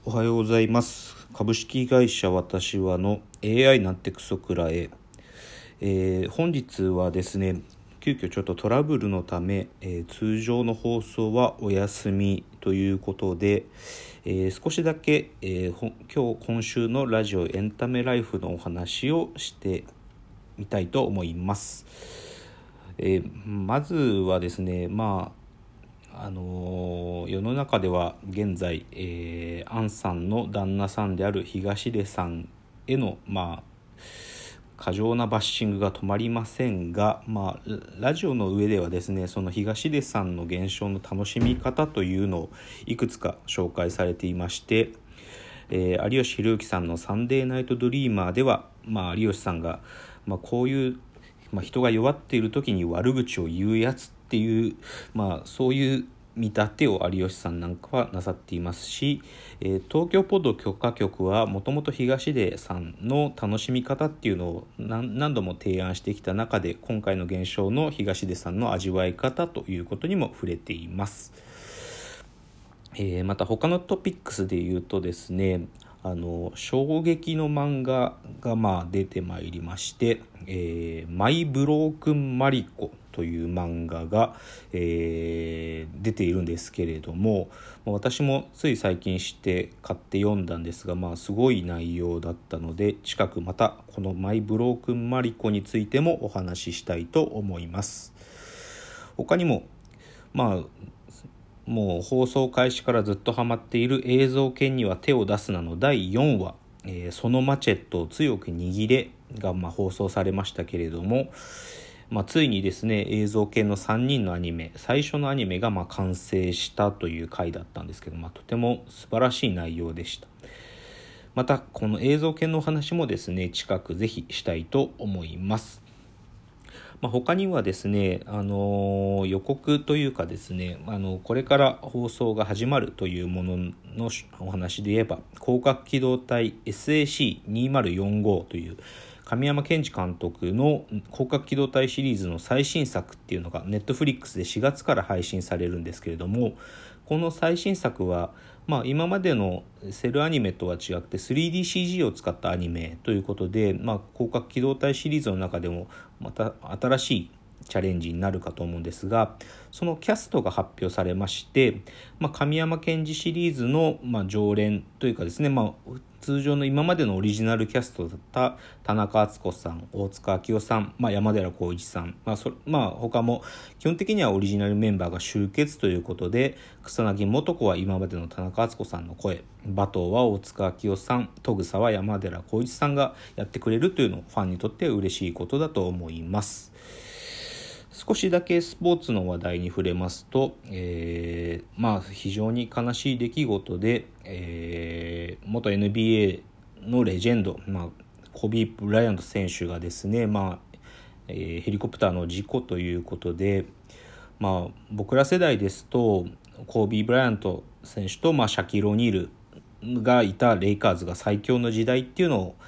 おはようございます。株式会社私はの AI なんてクソくらえ。本日はですね、急遽ちょっとトラブルのため、通常の放送はお休みということで、少しだけ、今週のラジオエンタメライフのお話をしてみたいと思います。まずはですね、世の中では現在、アンさんの旦那さんである東出さんへの過剰なバッシングが止まりませんが、ラジオの上ではですね、その東出さんの現象の楽しみ方というのをいくつか紹介されていまして、有吉弘行さんのサンデーナイトドリーマーでは、有吉さんが、こういう、人が弱っている時に悪口を言うやつっていう、そういう見立てを有吉さんなんかはなさっていますし、東京ポッド許可局はもともと東出さんの楽しみ方っていうのを何度も提案してきた中で、今回の現象の東出さんの味わい方ということにも触れています。また他のトピックスで言うとですね、衝撃の漫画が出てまいりまして、マイ・ブロークン・マリコという漫画が、出ているんですけれども、私もつい最近知って買って読んだんですが、すごい内容だったので、近くまたこのマイ・ブロークン・マリコについてもお話ししたいと思います。他にももう放送開始からずっとハマっている映像犬には手を出すなの第4話、そのマチェットを強く握れが放送されましたけれども、ついにですね、映像犬の3人のアニメ、最初のアニメが完成したという回だったんですけど、とても素晴らしい内容でした。またこの映像犬の話もですね、近くぜひしたいと思います。他にはですね、予告というかですね、これから放送が始まるというもののお話で言えば、広角機動隊 SAC2045 という神山健二監督の広角機動隊シリーズの最新作っていうのがネットフリックスで4月から配信されるんですけれども、この最新作は今までのセルアニメとは違って 3DCG を使ったアニメということで、広角機動隊シリーズの中でもまた新しいチャレンジになるかと思うんですが、そのキャストが発表されまして、神山健二シリーズの常連というかですね、通常の今までのオリジナルキャストだった田中敦子さん、大塚明夫さん、山寺宏一さん、他も基本的にはオリジナルメンバーが集結ということで、草薙素子は今までの田中敦子さんの声、馬頭は大塚明夫さん、戸草は山寺宏一さんがやってくれるというのをファンにとっては嬉しいことだと思います。少しだけスポーツの話題に触れますと、非常に悲しい出来事で、元 NBA のレジェンド、コビー・ブライアント選手がですね、ヘリコプターの事故ということで、僕ら世代ですとコービー・ブライアント選手と、シャキール・オニールがいたレイカーズが最強の時代っていうのを、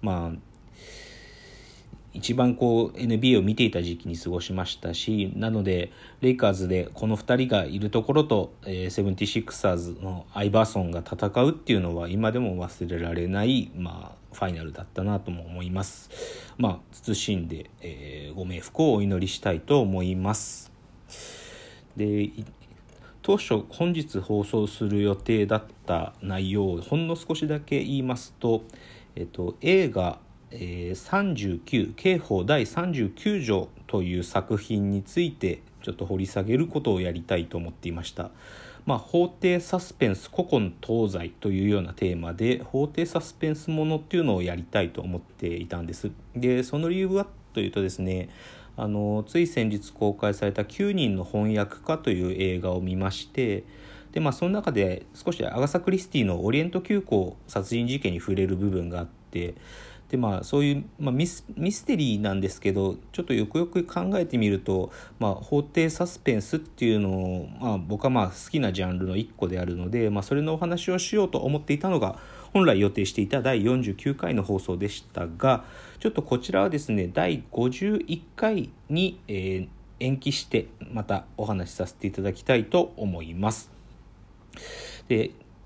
一番NBA を見ていた時期に過ごしましたし、なのでレイカーズでこの2人がいるところと、セブンティシクサーズのアイバーソンが戦うっていうのは今でも忘れられない、ファイナルだったなとも思います。謹んで、ご冥福をお祈りしたいと思います。で、当初本日放送する予定だった内容をほんの少しだけ言いますと、映画39刑法第39条という作品についてちょっと掘り下げることをやりたいと思っていました。法廷サスペンス古今東西というようなテーマで法廷サスペンスものっていうのをやりたいと思っていたんです。で、その理由はというとですね、つい先日公開された9人の翻訳家という映画を見まして、でその中で少しアガサ・クリスティのオリエント急行殺人事件に触れる部分があって、でそういう、ミステリーなんですけど、ちょっとよくよく考えてみると、法廷サスペンスっていうのを、僕は好きなジャンルの一個であるので、それのお話をしようと思っていたのが本来予定していた第49回の放送でしたが、ちょっとこちらはですね第51回に、延期してまたお話しさせていただきたいと思います。で、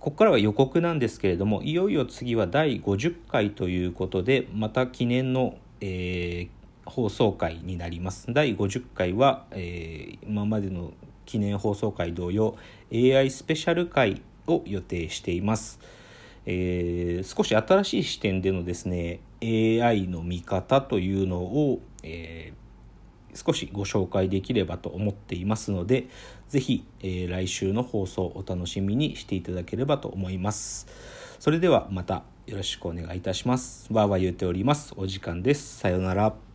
ここからは予告なんですけれども、いよいよ次は第50回ということで、また記念の、放送回になります。第50回は、今までの記念放送回同様 AI スペシャル回を予定しています。少し新しい視点でのですね AI の見方というのを、少しご紹介できればと思っていますので、ぜひ、来週の放送をお楽しみにしていただければと思います。それではまたよろしくお願いいたします。わーわー言うております。お時間です。さようなら。